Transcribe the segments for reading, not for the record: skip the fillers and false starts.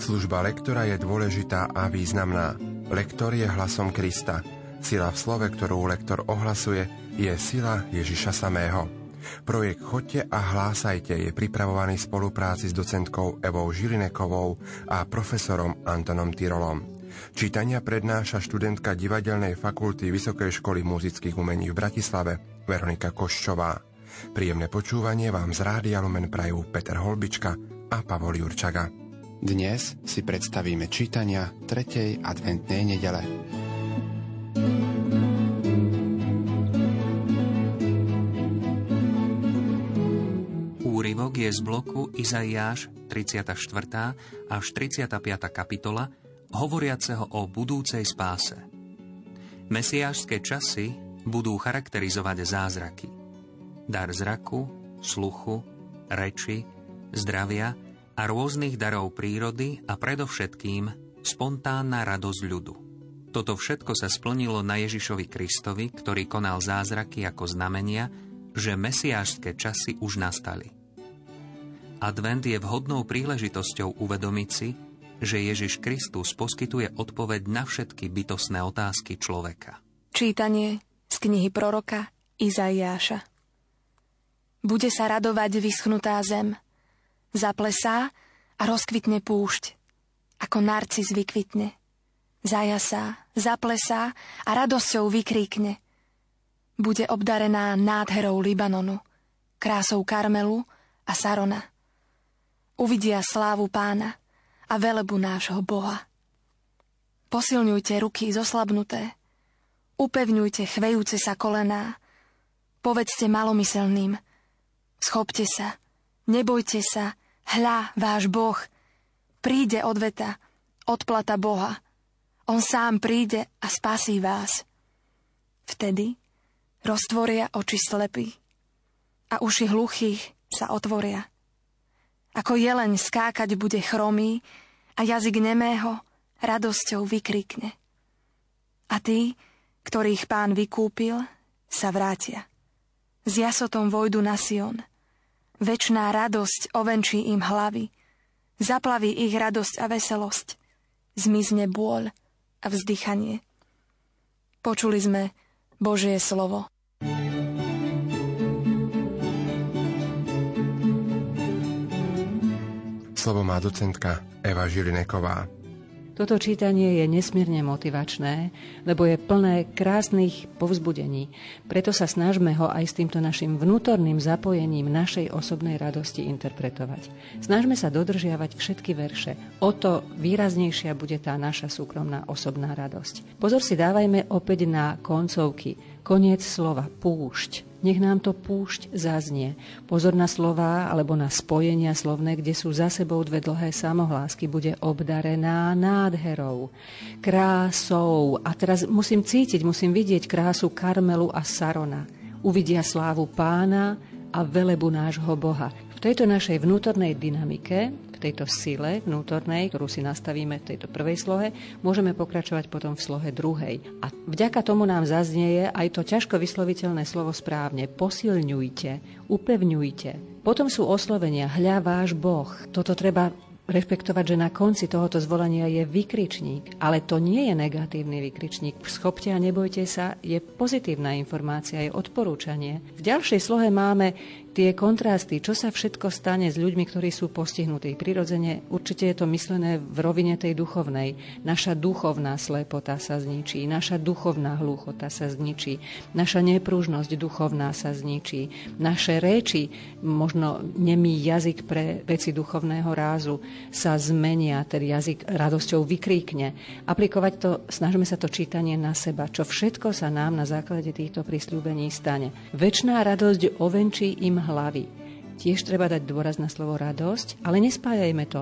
Služba lektora je dôležitá a významná. Lektor je hlasom Krista. Sila v slove, ktorú lektor ohlasuje, je sila Ježiša samého. Projekt Choďte a hlásajte je pripravovaný v spolupráci s docentkou Evou Žilinekovou a profesorom Antonom Tyrolom. Čítania prednáša študentka Divadelnej fakulty Vysokej školy múzických umení v Bratislave Veronika Koščová. Príjemné počúvanie vám z Rádia Lumen prajú Peter Holbička a Pavol Jurčaga. Dnes si predstavíme čítania 3. adventnej nedele. Úryvok je z bloku Izaiáš 34. až 35. kapitola, hovoriaceho o budúcej spáse. Mesiášske časy budú charakterizovať zázraky. Dar zraku, sluchu, reči, zdravia a rôznych darov prírody a predovšetkým spontánna radosť ľudu. Toto všetko sa splnilo na Ježišovi Kristovi, ktorý konal zázraky ako znamenia, že mesiášske časy už nastali. Advent je vhodnou príležitosťou uvedomiť si, že Ježiš Kristus poskytuje odpoveď na všetky bytostné otázky človeka. Čítanie z knihy proroka Izaiáša. Bude sa radovať vyschnutá zem, zaplesá a rozkvitne púšť, ako narcis vykvitne. Zajasá, zaplesá a radosťou vykríkne. Bude obdarená nádherou Libanonu, krásou Karmelu a Sarona. Uvidia slávu Pána a velebu nášho Boha. Posilňujte ruky zoslabnuté, upevňujte chvejúce sa kolená, povedzte malomyselným, schopte sa, nebojte sa, hľa, váš Boh, príde odveta, odplata Boha. On sám príde a spasí vás. Vtedy roztvoria oči slepých a uši hluchých sa otvoria. Ako jeleň skákať bude chromý a jazyk nemého radosťou vykrikne. A tí, ktorých Pán vykúpil, sa vrátia. S jasotom vojdu na Sion. Večná radosť ovenčí im hlavy, zaplaví ich radosť a veselosť, zmizne bôľ a vzdychanie. Počuli sme Božie slovo. Slovo má docentka Eva Žilineková. Toto čítanie je nesmierne motivačné, lebo je plné krásnych povzbudení. Preto sa snažme ho aj s týmto našim vnútorným zapojením našej osobnej radosti interpretovať. Snažme sa dodržiavať všetky verše. O to výraznejšia bude tá naša súkromná osobná radosť. Pozor si dávajme opäť na koncovky. Koniec slova púšť. Nech nám to púšť zaznie. Pozor na slová alebo na spojenia slovné, kde sú za sebou dve dlhé samohlásky. Bude obdarená nádherou, krásou. A teraz musím cítiť, musím vidieť krásu Karmelu a Sarona. Uvidia slávu Pána a velebu nášho Boha. V tejto našej vnútornej dynamike, v tejto sile vnútornej, ktorú si nastavíme v tejto prvej slohe, môžeme pokračovať potom v slohe druhej. A vďaka tomu nám zaznieje aj to ťažko vysloviteľné slovo správne. Posilňujte, upevňujte. Potom sú oslovenia hľa váš Boh. Toto treba rešpektovať, že na konci tohoto zvolania je vykričník, ale to nie je negatívny vykričník. Schopte a nebojte sa je pozitívna informácia, je odporúčanie. V ďalšej slohe máme tie kontrasty, čo sa všetko stane s ľuďmi, ktorí sú postihnutí. Prirodzene určite je to myslené v rovine tej duchovnej. Naša duchovná slepota sa zničí, naša duchovná hluchota sa zničí, naša nepružnosť duchovná sa zničí, naše reči, možno nemý jazyk pre veci duchovného rázu sa zmenia, ten jazyk radosťou vykríkne. Aplikovať to, snažíme sa to čítanie na seba, čo všetko sa nám na základe týchto prisľúbení stane. Večná radosť ovenčí im hlavy. Tiež treba dať dôraz na slovo radosť, ale nespájajme to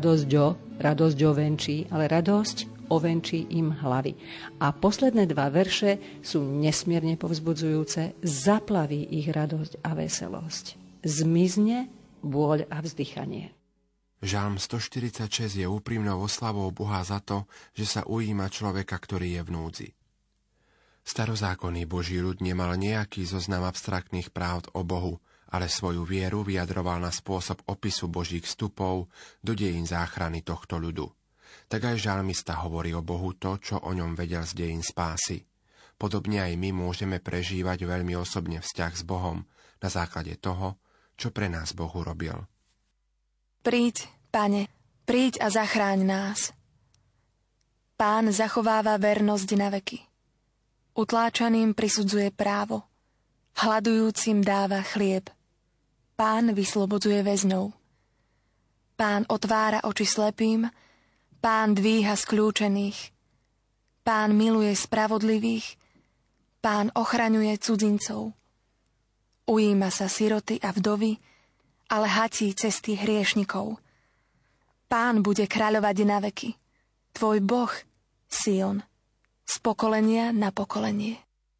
radosť ovenčí, ale radosť ovenčí im hlavy. A posledné dva verše sú nesmierne povzbudzujúce. Zaplaví ich radosť a veselosť. Zmizne bôľ a vzdychanie. Žalm 146 je úprimnou oslavou Boha za to, že sa ujíma človeka, ktorý je v núdzi. Starozákonný Boží ľud nemal nejaký zoznam abstraktných pravd o Bohu ale svoju vieru vyjadroval na spôsob opisu Božích vstupov do dejín záchrany tohto ľudu. Tak aj žalmista hovorí o Bohu to, čo o ňom vedel z dejín spásy. Podobne aj my môžeme prežívať veľmi osobne vzťah s Bohom na základe toho, čo pre nás Boh urobil. Príď, Pane, príď a zachráň nás. Pán zachováva vernosť na veky. Utláčaným prisudzuje právo. Hladujúcim dáva chlieb. Pán vyslobodzuje väzňov. Pán otvára oči slepým. Pán dvíha skľúčených. Pán miluje spravodlivých. Pán ochraňuje cudzincov. Ujíma sa siroty a vdovy, ale hatí cesty hriešnikov. Pán bude kráľovať na veky. Tvoj Boh, Sion, z pokolenia na pokolenie.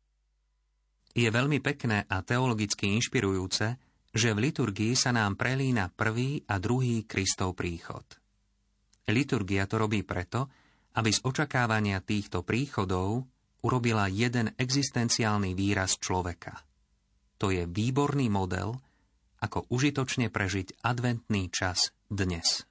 Je veľmi pekné a teologicky inšpirujúce, že v liturgii sa nám prelína prvý a druhý Kristov príchod. Liturgia to robí preto, aby z očakávania týchto príchodov urobila jeden existenciálny výraz človeka. To je výborný model, ako užitočne prežiť adventný čas dnes.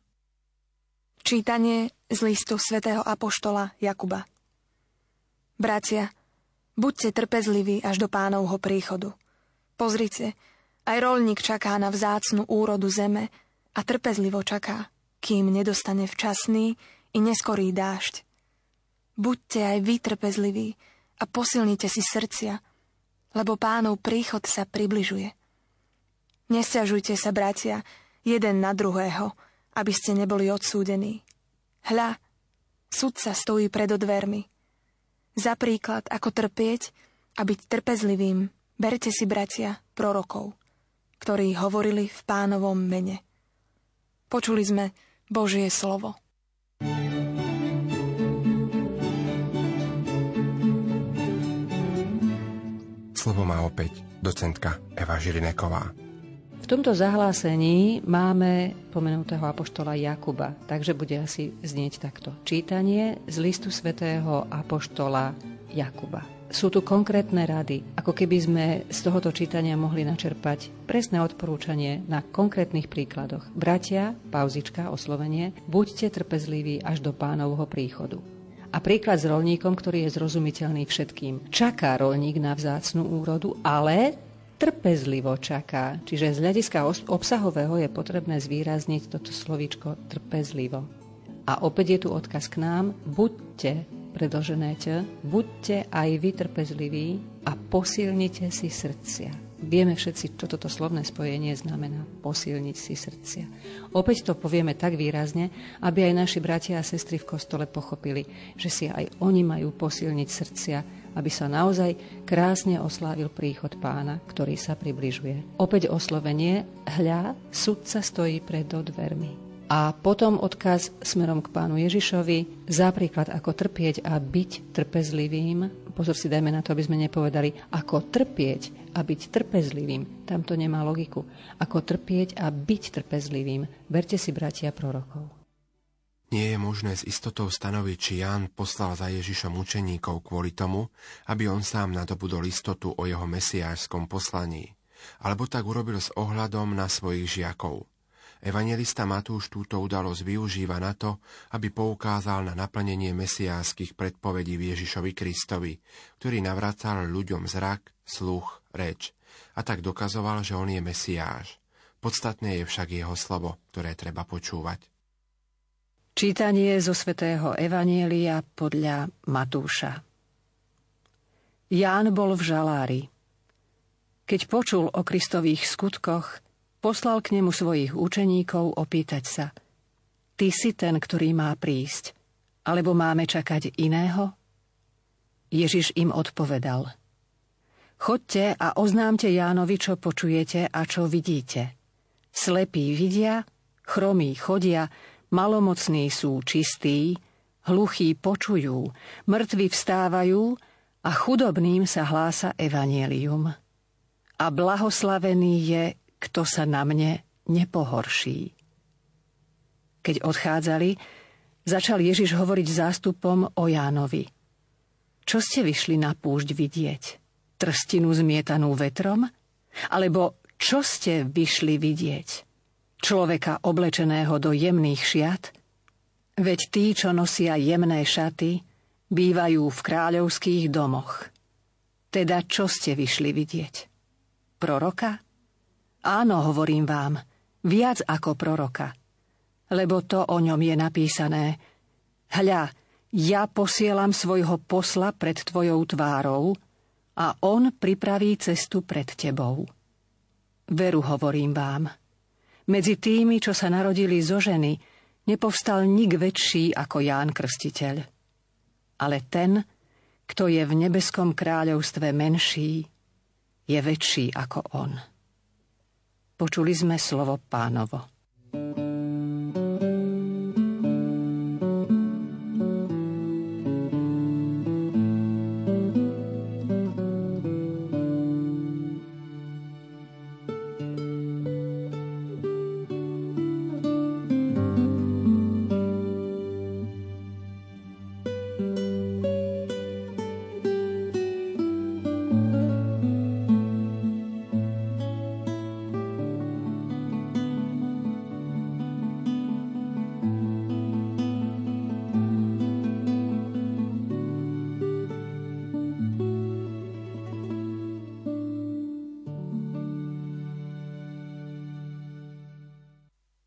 Čítanie z listu svätého apoštola Jakuba. Bratia, buďte trpezliví až do Pánovho príchodu. Pozrite, aj roľník čaká na vzácnu úrodu zeme a trpezlivo čaká, kým nedostane včasný i neskorý dážď. Buďte aj vy trpezliví a posilnite si srdcia, lebo Pánov príchod sa približuje. Nesťažujte sa, bratia, jeden na druhého, aby ste neboli odsúdení. Hľa, sudca stojí pred dvermi. Za príklad, ako trpieť a byť trpezlivým, berte si, bratia, prorokov, ktorí hovorili v Pánovom mene. Počuli sme Božie slovo. Slovo má opäť docentka Eva Žilineková. V tomto zahlásení máme pomenutého apoštola Jakuba, takže bude asi znieť takto. Čítanie z listu svätého apoštola Jakuba. Sú tu konkrétne rady, ako keby sme z tohoto čítania mohli načerpať presné odporúčanie na konkrétnych príkladoch. Bratia, pauzička, oslovenie, buďte trpezliví až do Pánovho príchodu. A príklad s roľníkom, ktorý je zrozumiteľný všetkým. Čaká roľník na vzácnu úrodu, ale trpezlivo čaká. Čiže z hľadiska obsahového je potrebné zvýrazniť toto slovíčko trpezlivo. A opäť je tu odkaz k nám. Buďte, predĺžené buďte aj vy trpezliví a posilnite si srdcia. Vieme všetci, čo toto slovné spojenie znamená. Posilniť si srdcia. Opäť to povieme tak výrazne, aby aj naši bratia a sestry v kostole pochopili, že si aj oni majú posilniť srdcia, aby sa naozaj krásne oslávil príchod Pána, ktorý sa približuje. Opäť oslovenie, hľa, sudca stojí pred dvermi. A potom odkaz smerom k Pánu Ježišovi, za príklad, ako trpieť a byť trpezlivým. Pozor si dajme na to, aby sme nepovedali, ako trpieť a byť trpezlivým. Tam to nemá logiku. Ako trpieť a byť trpezlivým. Berte si, bratia, prorokov. Nie je možné s istotou stanoviť, či Ján poslal za Ježišom učeníkov kvôli tomu, aby on sám nadobudol istotu o jeho mesiášskom poslaní, alebo tak urobil s ohľadom na svojich žiakov. Evanjelista Matúš túto udalosť využíva na to, aby poukázal na naplnenie mesiášskych predpovedí v Ježišovi Kristovi, ktorý navracal ľuďom zrak, sluch, reč a tak dokazoval, že on je Mesiáš. Podstatné je však jeho slovo, ktoré treba počúvať. Čítanie zo svätého Evanjelia podľa Matúša. Ján bol v žalári. Keď počul o Kristových skutkoch, poslal k nemu svojich učeníkov opýtať sa: Ty si ten, ktorý má prísť, alebo máme čakať iného? Ježiš im odpovedal: Choďte a oznámte Jánovi, čo počujete a čo vidíte. Slepí vidia, chromí chodia, malomocní sú čistí, hluchí počujú, mŕtvi vstávajú a chudobným sa hlása evanjelium. A blahoslavený je, kto sa na mne nepohorší. Keď odchádzali, začal Ježiš hovoriť zástupom o Jánovi. Čo ste vyšli na púšť vidieť? Trstinu zmietanú vetrom? Alebo Čo ste vyšli vidieť? Človeka oblečeného do jemných šiat? Veď tí, čo nosia jemné šaty, bývajú v kráľovských domoch. Teda čo ste vyšli vidieť? Proroka? Áno, hovorím vám, viac ako proroka. Lebo to o ňom je napísané: Hľa, ja posielam svojho posla pred tvojou tvárou a on pripraví cestu pred tebou. Veru hovorím vám, medzi tými, čo sa narodili zo ženy, nepovstal nik väčší ako Ján Krstiteľ. Ale ten, kto je v nebeskom kráľovstve menší, je väčší ako on. Počuli sme slovo Pánovo.